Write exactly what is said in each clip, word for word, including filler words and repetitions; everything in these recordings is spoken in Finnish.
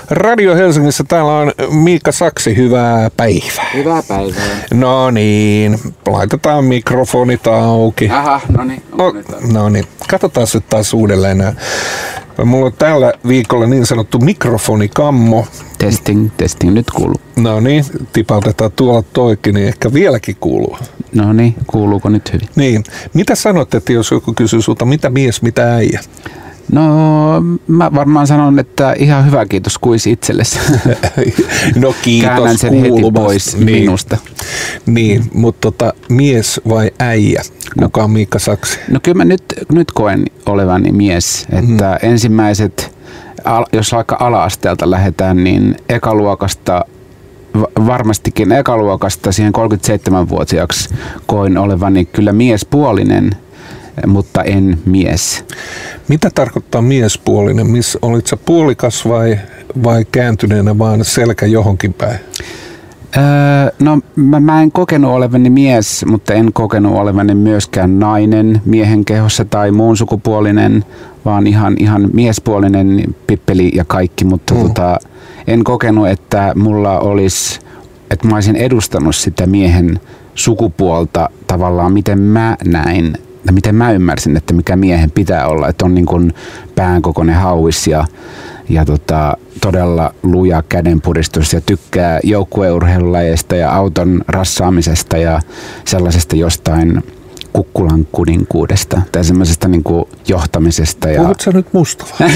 Radio Helsingissä täällä on Miikka Saksi, hyvää päivää. Hyvää päivää. No niin, laitetaan mikrofonit auki. Aha, no niin. No, no niin, katsotaan se taas uudelleen. Mulla on tällä viikolla niin sanottu mikrofonikammo. Testing, testing, nyt kuuluu. No niin, tipautetaan tuolla toikin, niin ehkä vieläkin kuuluu. No niin, kuuluuko nyt hyvin? Niin, mitä sanot, että jos joku kysyy sulta, mitä mies, mitä äijä? No, mä varmaan sanon, että ihan hyvä kiitos kuisi itsellesi. No kiitos. Käännän sen heti pois niin, minusta. Niin, mutta tota, mies vai äijä? Kuka on Miikka Saksi? No kyllä mä nyt, nyt koen olevani mies, että mm. ensimmäiset, jos vaikka ala-asteelta lähdetään, niin ekaluokasta, varmastikin ekaluokasta siihen kolmekymmentäseitsemänvuotiaaksi koin olevani kyllä miespuolinen, mutta en mies. Mitä tarkoittaa miespuolinen? Miss, olit sä puolikas vai, vai kääntyneenä vaan selkä johonkin päin? Öö, no mä, mä en kokenut olevani mies, mutta en kokenut olevani myöskään nainen miehen kehossa tai muun sukupuolinen, vaan ihan, ihan miespuolinen pippeli ja kaikki, mutta mm. tota, en kokenut, että mulla olisi, että mä olisin edustanut sitä miehen sukupuolta tavallaan, miten mä näin. Miten mä ymmärsin, että mikä miehen pitää olla, että on niin kuin päänkokoinen hauis ja, ja tota, todella luja kädenpuristus ja tykkää joukkueurheilulajeista ja auton rassaamisesta ja sellaisesta jostain kukkulan kuninkuudesta tai semmoisesta niin kuin johtamisesta. Ja... Puhut sä nyt musta vai?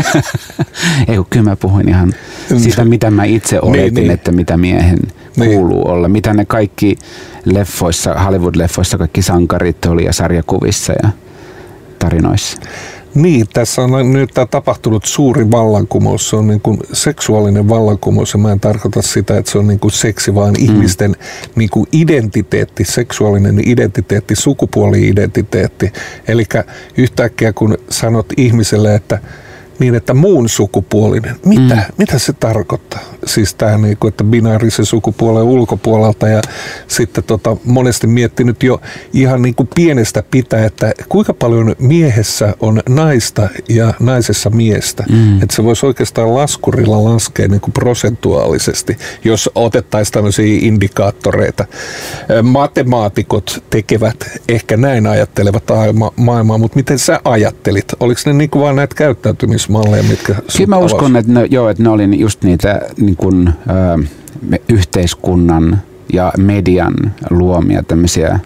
Ei kun kyllä mä puhuin ihan siitä, mitä mä itse oletin, niin, niin. että mitä miehen niin. kuuluu olla. Mitä ne kaikki leffoissa, Hollywood-leffoissa, kaikki sankarit oli ja sarjakuvissa ja tarinoissa. Niin, tässä on nyt tapahtunut suuri vallankumous. Se on niin kuin seksuaalinen vallankumous ja mä en tarkoita sitä, että se on niin kuin seksi, vaan mm. ihmisten niin kuin identiteetti, seksuaalinen identiteetti, sukupuoli-identiteetti. Eli yhtäkkiä kun sanot ihmiselle, että niin, että muun sukupuolinen. Mitä? Mm. Mitä se tarkoittaa? Siis tämä, niin kuin, että binaarisen sukupuolen ulkopuolelta ja sitten tota, monesti miettinyt jo ihan niin kuin pienestä pitää, että kuinka paljon miehessä on naista ja naisessa miestä. Mm. Että se voisi oikeastaan laskurilla laskea niin kuin prosentuaalisesti, jos otettaisiin tämmöisiä indikaattoreita. Matemaatikot tekevät ehkä näin ajattelevat maailmaa, mutta miten sä ajattelit? Oliko ne niin kuin vaan näitä käyttäytymis malleja, mitkä kyllä mä uskon, että ne, joo, että ne oli just niitä niin kuin, ö, yhteiskunnan ja median luomia tämmöisiä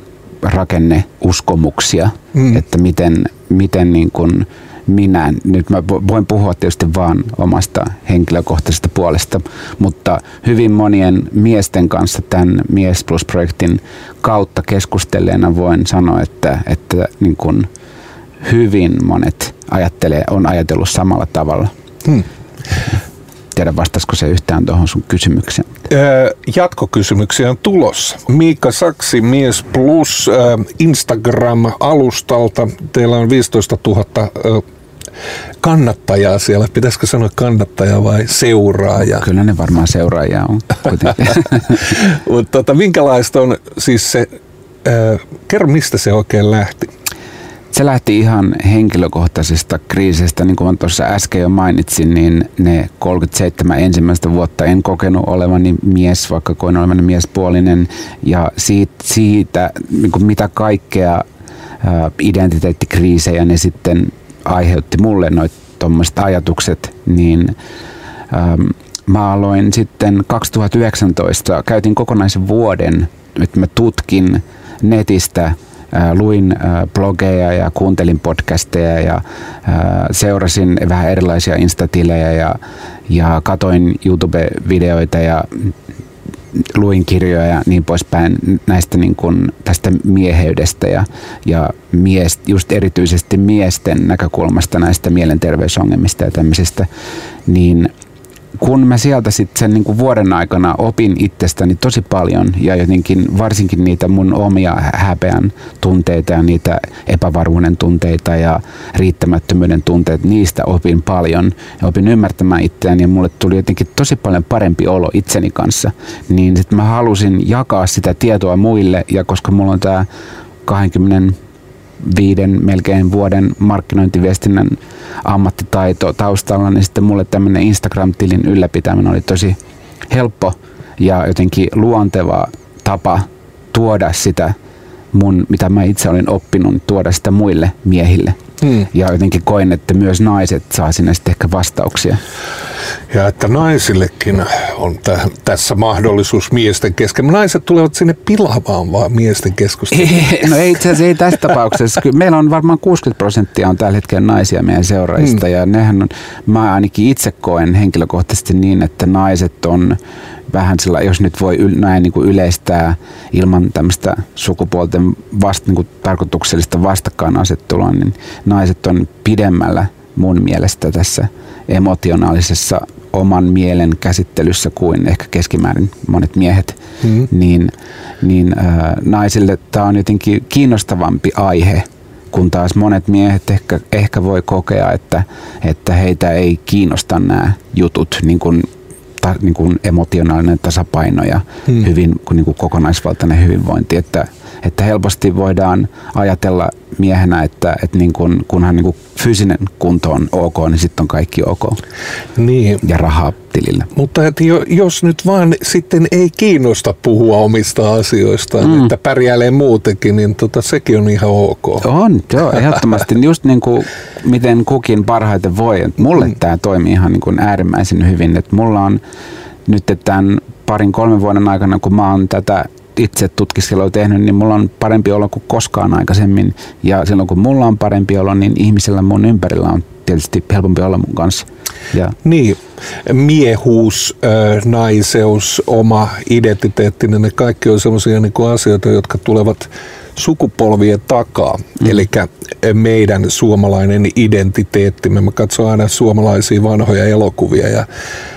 rakenneuskomuksia, mm. että miten, miten niin kuin minä, nyt mä voin puhua tietysti vaan omasta henkilökohtaisesta puolesta, mutta hyvin monien miesten kanssa tämän Mies Plus-projektin kautta keskustelleena voin sanoa, että, että niin kuin hyvin monet ajattelee, on ajatellut samalla tavalla. Hmm. Tiedä, vastaisiko se yhtään tuohon sun kysymykseen? Öö, jatkokysymyksiä on tulossa. Miikka Saksi, Mies Plus, äh, Instagram-alustalta. Teillä on viisitoista tuhatta äh, kannattajaa siellä. Pitäisikö sanoa kannattajaa vai seuraajaa? Kyllä ne varmaan seuraajaa on. Mutta tota, minkälaista on siis se, äh, kerro mistä se oikein lähti? Se lähti ihan henkilökohtaisesta kriisistä, niin kuin tuossa äsken jo mainitsin, niin ne kolmekymmentäseitsemän ensimmäistä vuotta en kokenut olevani mies, vaikka koin olevani miespuolinen, ja siitä, siitä niin kuin mitä kaikkea ä, identiteettikriisejä ne sitten aiheutti mulle, noit tommoiset ajatukset, niin ä, mä aloin sitten kaksituhattayhdeksäntoista, käytin kokonaisen vuoden, että mä tutkin netistä, luin blogeja ja kuuntelin podcasteja ja seurasin vähän erilaisia instatilejä ja, ja katoin YouTube-videoita ja luin kirjoja ja niin poispäin näistä niin kuin tästä mieheydestä ja, ja mies, just erityisesti miesten näkökulmasta näistä mielenterveysongelmista ja tämmöisistä, niin kun mä sieltä sitten sen niin kuin vuoden aikana opin itsestäni tosi paljon ja jotenkin varsinkin niitä mun omia häpeän tunteita ja niitä epävarmuuden tunteita ja riittämättömyyden tunteita, niistä opin paljon ja opin ymmärtämään itseäni ja mulle tuli jotenkin tosi paljon parempi olo itseni kanssa, niin sitten mä halusin jakaa sitä tietoa muille ja koska mulla on tää kaksikymmentä viiden melkein vuoden markkinointiviestinnän ammattitaito taustalla, niin sitten mulle tämmöinen Instagram-tilin ylläpitäminen oli tosi helppo ja jotenkin luonteva tapa tuoda sitä mun, mitä mä itse olin oppinut, tuoda sitä muille miehille. Hmm. Ja jotenkin koin, että myös naiset saa sinne sitten ehkä vastauksia. Ja että naisillekin on täh, tässä mahdollisuus miesten kesken. Naiset tulevat sinne pilaamaan vaan miesten keskustelua. No ei itse asiassa ei tässä tapauksessa. Meillä on varmaan kuusikymmentä prosenttia on tällä hetkellä naisia meidän seuraajista. Hmm. Ja nehän on, mä ainakin itse koen henkilökohtaisesti niin, että naiset on vähän sillä, jos nyt voi yl, näin niin kuin yleistää ilman tämmöistä sukupuolten vasta, niin kuin tarkoituksellista vastakkainasettelua, niin naiset on pidemmällä mun mielestä tässä emotionaalisessa oman mielen käsittelyssä kuin ehkä keskimäärin monet miehet. Mm-hmm. Niin, niin äh, naisille tämä on jotenkin kiinnostavampi aihe, kun taas monet miehet ehkä, ehkä voi kokea, että, että heitä ei kiinnosta nämä jutut, niin kuin Ta, niin kuin emotionaalinen tasapaino ja hmm. hyvin, niin kuin kokonaisvaltainen hyvinvointi, että, että helposti voidaan ajatella miehenä, että, että niin kuin, kunhan niin kuin fyysinen kunto on ok, niin sitten on kaikki ok. Niin. Ja rahaa tilillä. Mutta että jo, jos nyt vaan sitten ei kiinnosta puhua omista asioistaan, mm. että pärjäilee muutenkin, niin tota, sekin on ihan ok. On, joo, ehdottomasti. Just niin kuin miten kukin parhaiten voi. Mulle mm. tämä toimii ihan niin kuin äärimmäisen hyvin. Että mulla on nyt tämän parin kolmen vuoden aikana, kun mä oon tätä itse tutkiskelua tehnyt, niin mulla on parempi olo kuin koskaan aikaisemmin. Ja silloin kun mulla on parempi olo, niin ihmisellä mun ympärillä on tietysti helpompi olla mun kanssa. Ja. Niin, miehuus, naiseus, oma identiteettinen, ne kaikki on sellaisia niin kuin asioita, jotka tulevat sukupolvien takaa. Mm. Eli meidän suomalainen identiteetti. Me katsomme aina suomalaisia vanhoja elokuvia ja ää,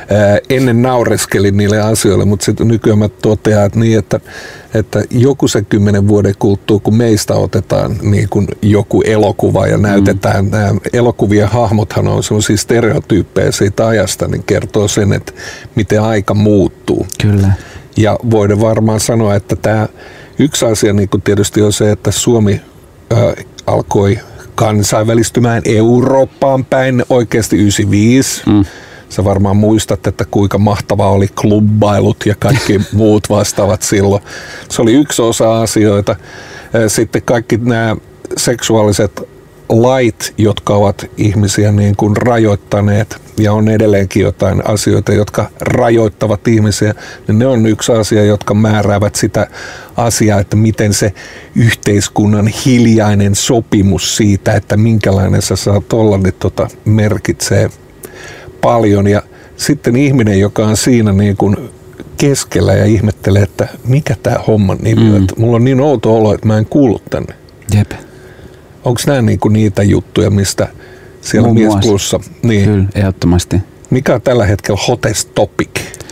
ennen naureskelin niille asioille, mutta sitten nykyään mä totean, että, niin, että, että joku se kymmenen vuoden kuluttua, kun meistä otetaan niin kuin joku elokuva ja näytetään, mm. nämä elokuvien hahmothan on sellaisia stereotyyppejä siitä ajasta, niin kertoo sen, että miten aika muuttuu. Kyllä. Ja voidaan varmaan sanoa, että tämä yksi asia niin kuin tietysti on se, että Suomi äh, alkoi kansainvälistymään Eurooppaan päin oikeasti yhdeksänkymmentäviisi. Mm. Sä varmaan muistat, että kuinka mahtavaa oli klubbailut ja kaikki muut vastaavat silloin. Se oli yksi osa asioita. Sitten kaikki nämä seksuaaliset lait, jotka ovat ihmisiä niin kuin rajoittaneet ja on edelleenkin jotain asioita, jotka rajoittavat ihmisiä, niin ne on yksi asia, jotka määräävät sitä asiaa, että miten se yhteiskunnan hiljainen sopimus siitä, että minkälainen sä saat olla, niin tota merkitsee paljon. Ja sitten ihminen, joka on siinä niin kuin keskellä ja ihmettelee, että mikä tämä homman nimi on. Mm. Mulla on niin outo olo, että mä en kuulu tänne. Jep. Onko nämä niinku niitä juttuja, mistä siellä Mies Plussa? Niin. Kyllä, ehdottomasti. Mikä on tällä hetkellä hottest topic?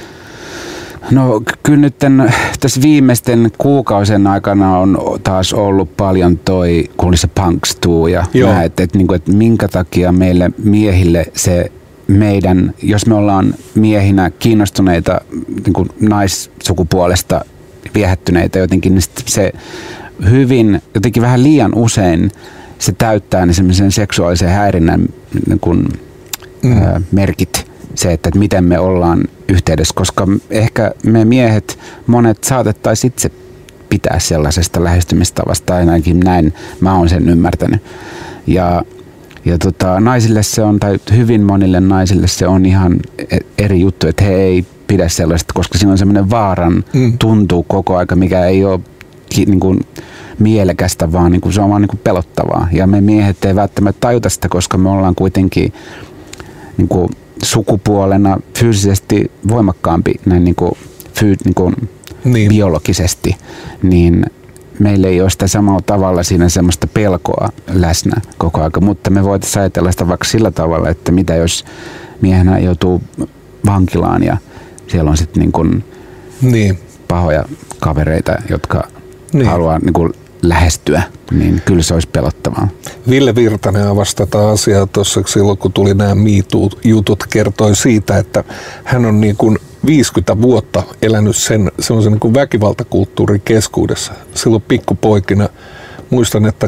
No kyllä nyt tämän, tässä viimeisten kuukausien aikana on taas ollut paljon toi, kun oli se Punks-tuu ja nämä, että, että, että, että minkä takia meille miehille se meidän, jos me ollaan miehinä kiinnostuneita niin kuin naissukupuolesta viehättyneitä jotenkin, niin se hyvin, jotenkin vähän liian usein se täyttää semmoisen seksuaalisen häirinnän niin kuin, mm. ää, merkit, se, että, että miten me ollaan yhteydessä, koska ehkä me miehet, monet saatettaisiin itse pitää sellaisesta lähestymistavasta, ainakin näin mä oon sen ymmärtänyt. Ja, ja tota, naisille se on, tai hyvin monille naisille se on ihan eri juttu, että he ei pidä sellaista, koska siinä on semmoinen vaaran mm. tuntuu koko aika, mikä ei ole niin kuin mielekästä, vaan niin kuin se on vaan niin kuin pelottavaa. Ja me miehet ei välttämättä tajuta sitä, koska me ollaan kuitenkin niin kuin sukupuolena fyysisesti voimakkaampi näin niin kuin, fyy, niin kuin niin. biologisesti, niin meillä ei ole sitä samalla tavalla siinä semmoista pelkoa läsnä koko ajan, mutta me voitaisiin ajatella sitä vaikka sillä tavalla, että mitä jos miehenä joutuu vankilaan ja siellä on sitten niin kuin niin. pahoja kavereita, jotka niin. haluaa niin kuin lähestyä, niin kyllä se olisi pelottavaa. Ville Virtanen avasi tätä asiaa tuossa silloin, kun tuli nämä MeToo-jutut, kertoi siitä, että hän on niin kuin viisikymmentä vuotta elänyt sen sellaisen niin kuin väkivaltakulttuurin keskuudessa. Silloin pikkupoikina muistan, että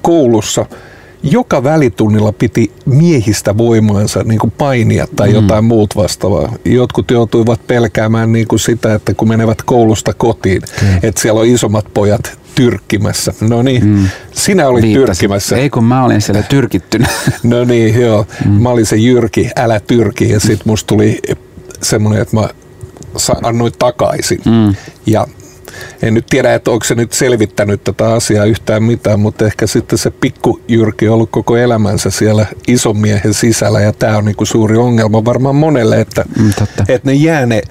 koulussa joka välitunnilla piti miehistä voimaansa niin kuin painia tai mm. jotain muut vastaavaa. Jotkut joutuivat pelkäämään niin kuin sitä, että kun menevät koulusta kotiin, mm. että siellä on isommat pojat tyrkkimässä. No niin, mm. sinä olit Viittasin. tyrkkimässä. Ei kun mä olin siellä tyrkittynä. No niin, joo. Mm. Mä olin se Jyrki, älä tyrki. Ja sit musta tuli semmoinen, että mä annoin takaisin. Mm. Ja en nyt tiedä, että onko se nyt selvittänyt tätä asiaa yhtään mitään, mutta ehkä sitten se pikku Jyrki on ollut koko elämänsä siellä ison miehen sisällä, ja tämä on niinku suuri ongelma varmaan monelle, että, mm, että ne jää ne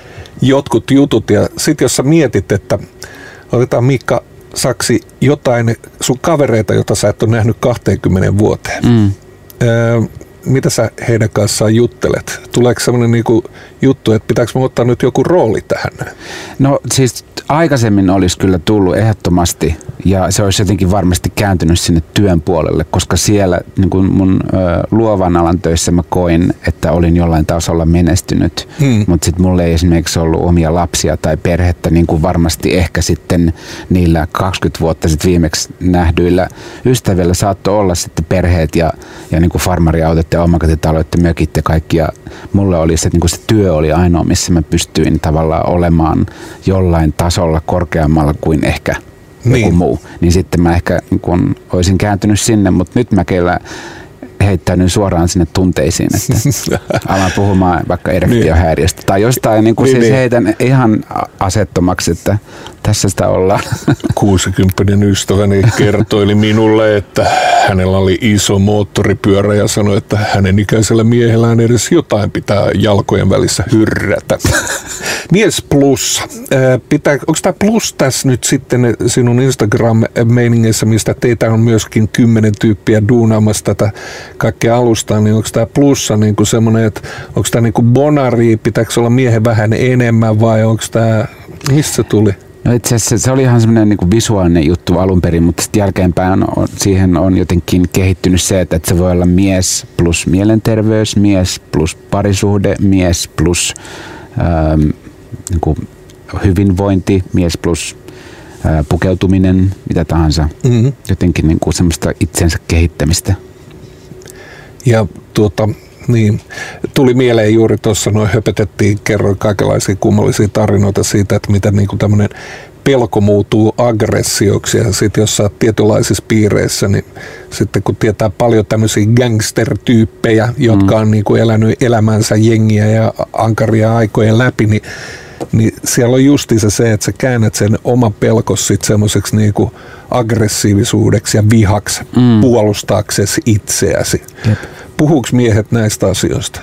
jotkut jutut. Ja sitten jos sä mietit, että otetaan Miikka Saksi jotain sun kavereita, jota sä et ole nähnyt kaksikymmentä vuoteen. Mm. Öö, mitä sä heidän kanssaan juttelet? Tuleeko sellainen niinku juttu, että pitääkö mä ottaa nyt joku rooli tähän? No siis aikaisemmin olisi kyllä tullut ehdottomasti, ja se olisi jotenkin varmasti kääntynyt sinne työn puolelle, koska siellä niin kuin mun ö, luovan alan töissä mä koin, että olin jollain tasolla menestynyt, hmm. mutta sitten mulla ei esimerkiksi ollut omia lapsia tai perhettä, niin kuin varmasti ehkä sitten niillä kaksikymmentä vuotta sitten viimeksi nähdyillä ystävillä saattoi olla sitten perheet ja, ja niin kuin farmariautot ja omakotitaloit ja mökit ja kaikki, ja mulle oli se, että niin kuin se työ oli ainoa, missä mä pystyin tavallaan olemaan jollain tasolla korkeammalla kuin ehkä joku niin. muu. Niin sitten mä ehkä niin kun olisin kääntynyt sinne, mutta nyt mä kyllä heittäydyn suoraan sinne tunteisiin, että alan puhumaan vaikka erektiohäiriöstä tai jostain, niin kuin niin, siis niin. heitän ihan asettomaksi, että tässä sitä ollaan. kuusikymppinen ystäväni kertoili minulle, että hänellä oli iso moottoripyörä ja sanoi, että hänen ikäisellä miehellään edes jotain pitää jalkojen välissä hyrrätä. Mies plus. Pitää, onko tämä plus tässä nyt sitten sinun Instagram-meiningeissä, mistä teitä on myöskin kymmenen tyyppiä duunaamassa tätä kaikkea alustaa, niin onko tämä plussa niin kuin semmoinen, että onko tämä niin kuin bonari, pitääkö olla miehen vähän enemmän vai onko tämä, mistä se tuli? No itse asiassa se oli ihan semmoinen niin kuin visuaalinen juttu alun perin, mutta sitten jälkeenpäin on, siihen on jotenkin kehittynyt se, että, että se voi olla mies plus mielenterveys, mies plus parisuhde, mies plus ähm, niin kuin hyvinvointi, mies plus äh, pukeutuminen, mitä tahansa. Mm-hmm. Jotenkin niin kuin semmoista itsensä kehittämistä. Ja tuota, niin, tuli mieleen juuri tuossa, noin höpötettiin, kerroin kaikenlaisia kummallisia tarinoita siitä, että miten niin kuin tämmöinen pelko muuttuu aggressioksi, ja sitten jos sä oot tietynlaisissa piireissä, niin sitten kun tietää paljon tämmöisiä gangster-tyyppejä, jotka on niin kuin elänyt elämänsä jengiä ja ankaria aikojen läpi, niin niin siellä on justiinsa se, että sä käännät sen oman pelkos sit semmoiseksi niinku aggressiivisuudeksi ja vihaksi mm. puolustaaksesi itseäsi. Jep. Puhuuks miehet näistä asioista?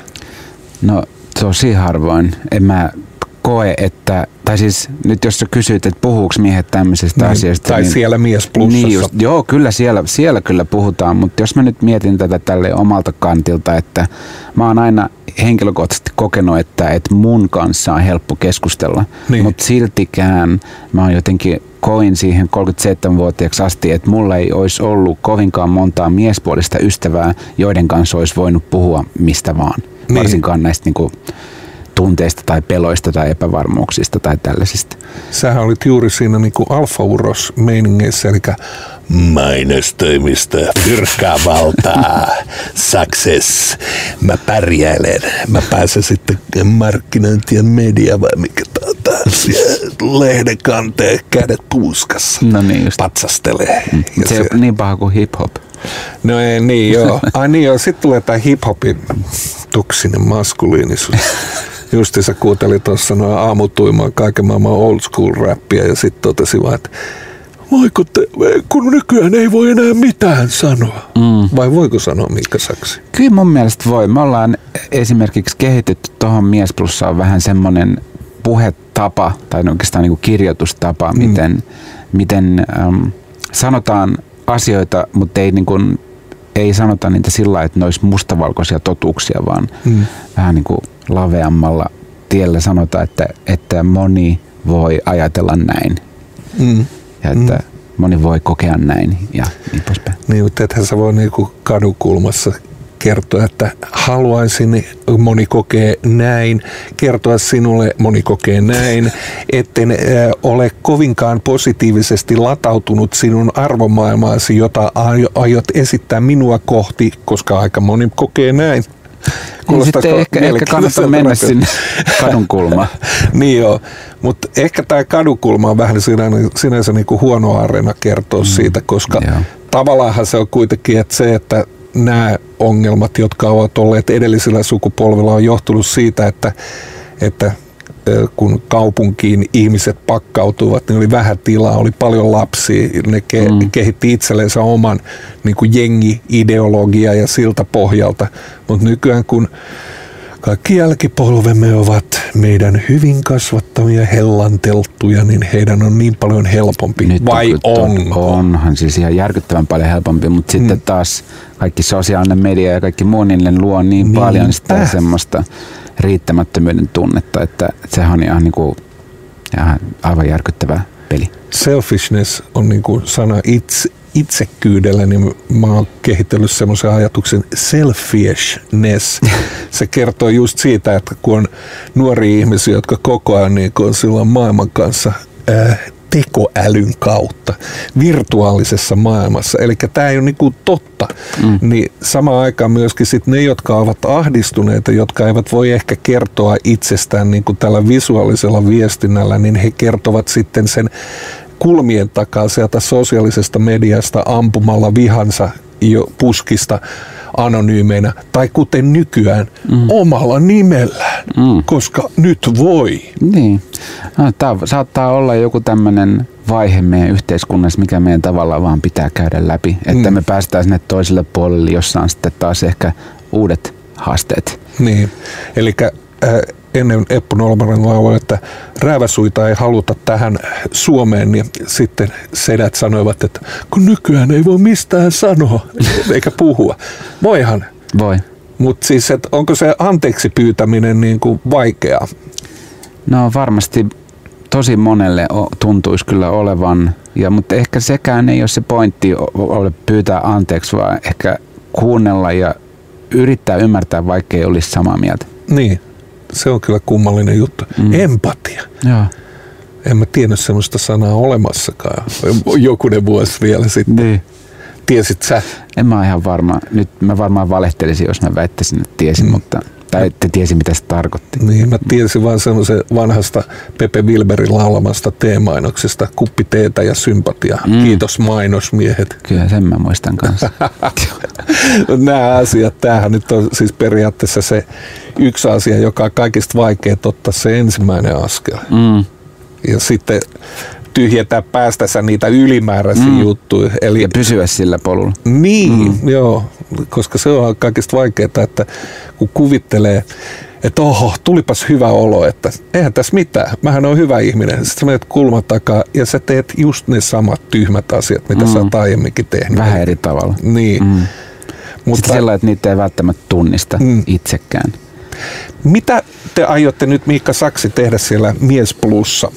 No tosi harvoin. En mä koe, että, tai siis nyt jos sä kysyt, että puhuuks miehet tämmöisestä niin, asiasta. Tai niin, siellä mies plussassa. Niin just, joo, kyllä siellä, siellä kyllä puhutaan, mutta jos mä nyt mietin tätä tälle omalta kantilta, että mä oon aina henkilökohtaisesti kokenut, että, että mun kanssa on helppo keskustella, niin. Mutta siltikään mä oon jotenkin koin siihen kolmekymmentäseitsemänvuotiaaksi asti, että mulla ei olisi ollut kovinkaan montaa miespuolista ystävää, joiden kanssa olisi voinut puhua mistä vaan. Niin. Varsinkaan näistä niinku tunteista tai peloista tai epävarmuuksista tai tällaisista. Sähän olit juuri siinä niin kuin alfa-uros-meiningeissä, eli mainostoimista, fyrkkaa valtaa, success, mä pärjäilen, mä pääsen sitten markkinointi ja media vai mikä taas, lehden kanteen, kädet puuskassa, no niin just. Patsastelee. Mm. Se ei ole niin paha kuin hip-hop. No ei, niin joo. Ai niin joo, sitten tulee tää hip-hopin toksinen maskuliinisuus. Justi sä kuuntelin tuossa noin aamutuimaan kaiken maailman old school rappia ja sitten totesi vaan, että voiko te, kun nykyään ei voi enää mitään sanoa. Mm. Vai voiko sanoa Miikka Saksi? Kyllä mun mielestä voi. Me ollaan esimerkiksi kehitetty tuohon Mies Plussaan vähän semmoinen puhetapa tai oikeastaan niin kuin kirjoitustapa, mm. miten, miten ähm, sanotaan asioita, mutta ei, niin kuin, ei sanota niitä sillä lailla, että ne olisi mustavalkoisia totuuksia, vaan mm. vähän niin kuin laveammalla tiellä sanotaan, että, että moni voi ajatella näin. Mm. Ja että mm. moni voi kokea näin ja niin poispäin. Niin, mutta ethän sä voi niinku kadukulmassa kertoa, että haluaisin, moni kokee näin, kertoa sinulle, moni kokee näin, etten ole kovinkaan positiivisesti latautunut sinun arvomaailmaasi, jota aiot esittää minua kohti, koska aika moni kokee näin. Niin sitten ehkä, ehkä kannattaa mennä sinne kadunkulmaan. Niin joo, mutta ehkä tämä kadunkulma on vähän sinänsä, sinänsä niin kuin huono areena kertoa mm. siitä, koska joo. tavallaanhan se on kuitenkin, että se, että nämä ongelmat, jotka ovat olleet edellisillä sukupolvilla, on johtunut siitä, että, että kun kaupunkiin ihmiset pakkautuivat, niin oli vähän tilaa, oli paljon lapsia, ne ke- mm. kehitti itsellensä oman niin kuin jengi-ideologia ja siltä pohjalta, mutta nykyään kun kaikki jälkipolvemme ovat meidän hyvin kasvattamia hellantelttuja, niin heidän on niin paljon helpompi. Nyt vai on? Onhan siis ihan järkyttävän paljon helpompi, mutta mm. sitten taas kaikki sosiaalinen media ja kaikki muu niin luo niin, niin paljon sitä semmoista riittämättömyyden tunnetta, että sehän on ihan, niin kuin, ihan aivan järkyttävä peli. Selfishness on niin kuin sana itse, itsekkyydellä, niin mä oon kehitellyt semmoisen ajatuksen selfishness. Se kertoo just siitä, että kun on nuoria ihmisiä, jotka koko ajan niin on silloin maailman kanssa äh, tekoälyn kautta virtuaalisessa maailmassa. Eli tämä ei ole niinku totta. Mm. Niin samaan aikaan myöskin sit ne, jotka ovat ahdistuneita, jotka eivät voi ehkä kertoa itsestään niinku tällä visuaalisella viestinnällä, niin he kertovat sitten sen kulmien takaa sieltä sosiaalisesta mediasta ampumalla vihansa jo puskista anonyymeinä, tai kuten nykyään mm. omalla nimellään, mm. koska nyt voi. Niin. No, tämä saattaa olla joku tämmöinen vaihe meidän yhteiskunnassa, mikä meidän tavallaan vaan pitää käydä läpi, että mm. me päästään sinne toiselle puolelle, jossa on sitten taas ehkä uudet haasteet. Niin, eli äh, ennen Eppu Nolmanen lauloi, että rääväsuita ei haluta tähän Suomeen, niin sitten sedät sanoivat, että kun nykyään ei voi mistään sanoa eikä puhua. Voihan. Voi. Mutta siis, että onko se anteeksi pyytäminen niin kuin vaikeaa? No varmasti tosi monelle tuntuisi kyllä olevan, ja, mutta ehkä sekään ei ole se pointti ole pyytää anteeksi, vaan ehkä kuunnella ja yrittää ymmärtää, vaikka ei olisi samaa mieltä. Niin. Se on kyllä kummallinen juttu. Mm. Empatia. Joo. En mä tiennyt semmoista sanaa olemassakaan. Jokunen vuosi vielä sitten. Niin. Tiesit sä? En mä ihan varma. Nyt mä varmaan valehtelisin, jos mä väittäisin, että tiesin, mm. mutta tai ette tiesi, mitä se tarkoitti. Niin, mä tiesin vaan semmoisen vanhasta Pepe Wilberin laulamasta teemainoksesta, kuppi teetä ja sympatia. Mm. Kiitos mainosmiehet. Kyllä, sen mä muistan kanssa. Nämä asiat, tämähän nyt on siis periaatteessa se yksi asia, joka on kaikista vaikea ottaa se ensimmäinen askel. Mm. Ja sitten tyhjentää päästänsä niitä ylimääräisiä mm. juttuja. Eli, ja pysyä sillä polulla. Niin, mm. joo, koska se on kaikista vaikeaa, että kun kuvittelee, että oho, tulipas hyvä olo, että eihän tässä mitään, mähän on hyvä ihminen. Sitten sä menet kulman takaa ja sä teet just ne samat tyhmät asiat, mitä mm. sä oot aiemminkin tehnyt. Vähän eri tavalla. Niin. Mm. Mutta sitten sellainen, että niitä ei välttämättä tunnista mm. itsekään. Mitä te aiotte nyt, Miikka Saksi, tehdä siellä Mies Plussa?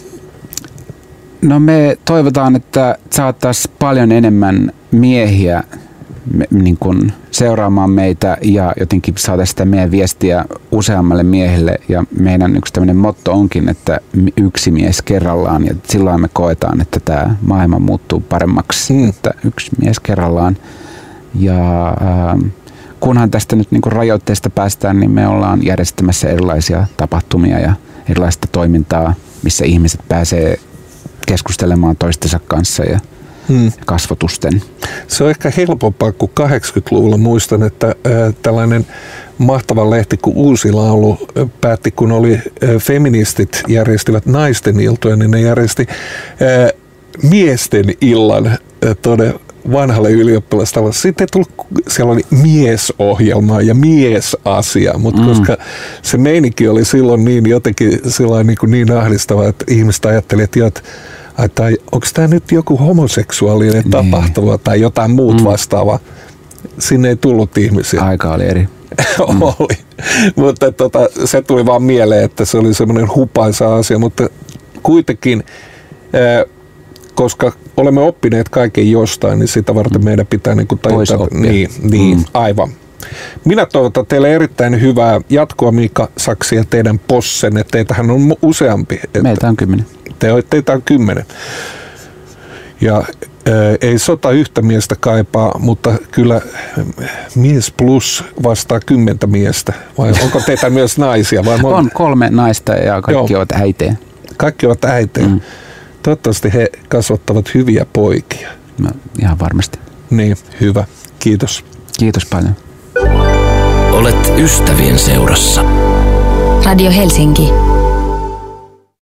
No me toivotaan, että saataisiin paljon enemmän miehiä me, niin kuin seuraamaan meitä ja jotenkin saada sitä meidän viestiä useammalle miehelle. Ja meidän yksi tämmöinen motto onkin, että yksi mies kerrallaan, ja silloin me koetaan, että tämä maailma muuttuu paremmaksi, mm. että yksi mies kerrallaan. Ja äh, kunhan tästä nyt niin kuin rajoitteista päästään, niin me ollaan järjestämässä erilaisia tapahtumia ja erilaista toimintaa, missä ihmiset pääsee keskustelemaan toistensa kanssa ja hmm. kasvotusten. Se on ehkä helpompaa kuin kahdeksankymmentäluvulla. Muistan, että äh, tällainen mahtava lehti kuin Uusi Laulu päätti, kun oli äh, feministit järjestivät naisten iltoja, niin ne järjesti äh, miesten illan äh, tuonne vanhalle ylioppilastalolle. Sitten ei tullut, siellä oli miesohjelmaa ja miesasia, mutta mm. koska se meininki oli silloin niin jotenkin niin, niin ahdistava, että ihmiset ajatteli, että, että, että onko tämä nyt joku homoseksuaalinen niin. tapahtuma tai jotain muut mm. vastaavaa. Sinne ei tullut ihmisiä. Aika oli eri. Mm. oli. Mutta tota, se tuli vaan mieleen, että se oli semmoinen hupaisa asia, mutta kuitenkin äh, koska olemme oppineet kaiken jostain, niin sitä varten meidän pitää niin kuin tajuta, niin, niin mm. aivan. Minä toivotan teille erittäin hyvää jatkoa, Miikka Saksi, ja teidän possenne. Teitähän on useampi. Meitä on kymmenen. Te, teitä on kymmenen. Ja ää, ei sota yhtä miestä kaipaa, mutta kyllä mies plus vastaa kymmentä miestä. Vai onko teitä myös naisia? Vai on kolme naista ja kaikki Joo. ovat äitejä. Kaikki ovat äitejä. Mm. Toivottavasti he kasvattavat hyviä poikia. No, ihan varmasti. Niin, hyvä. Kiitos. Kiitos paljon. Olet ystävien seurassa. Radio Helsinki.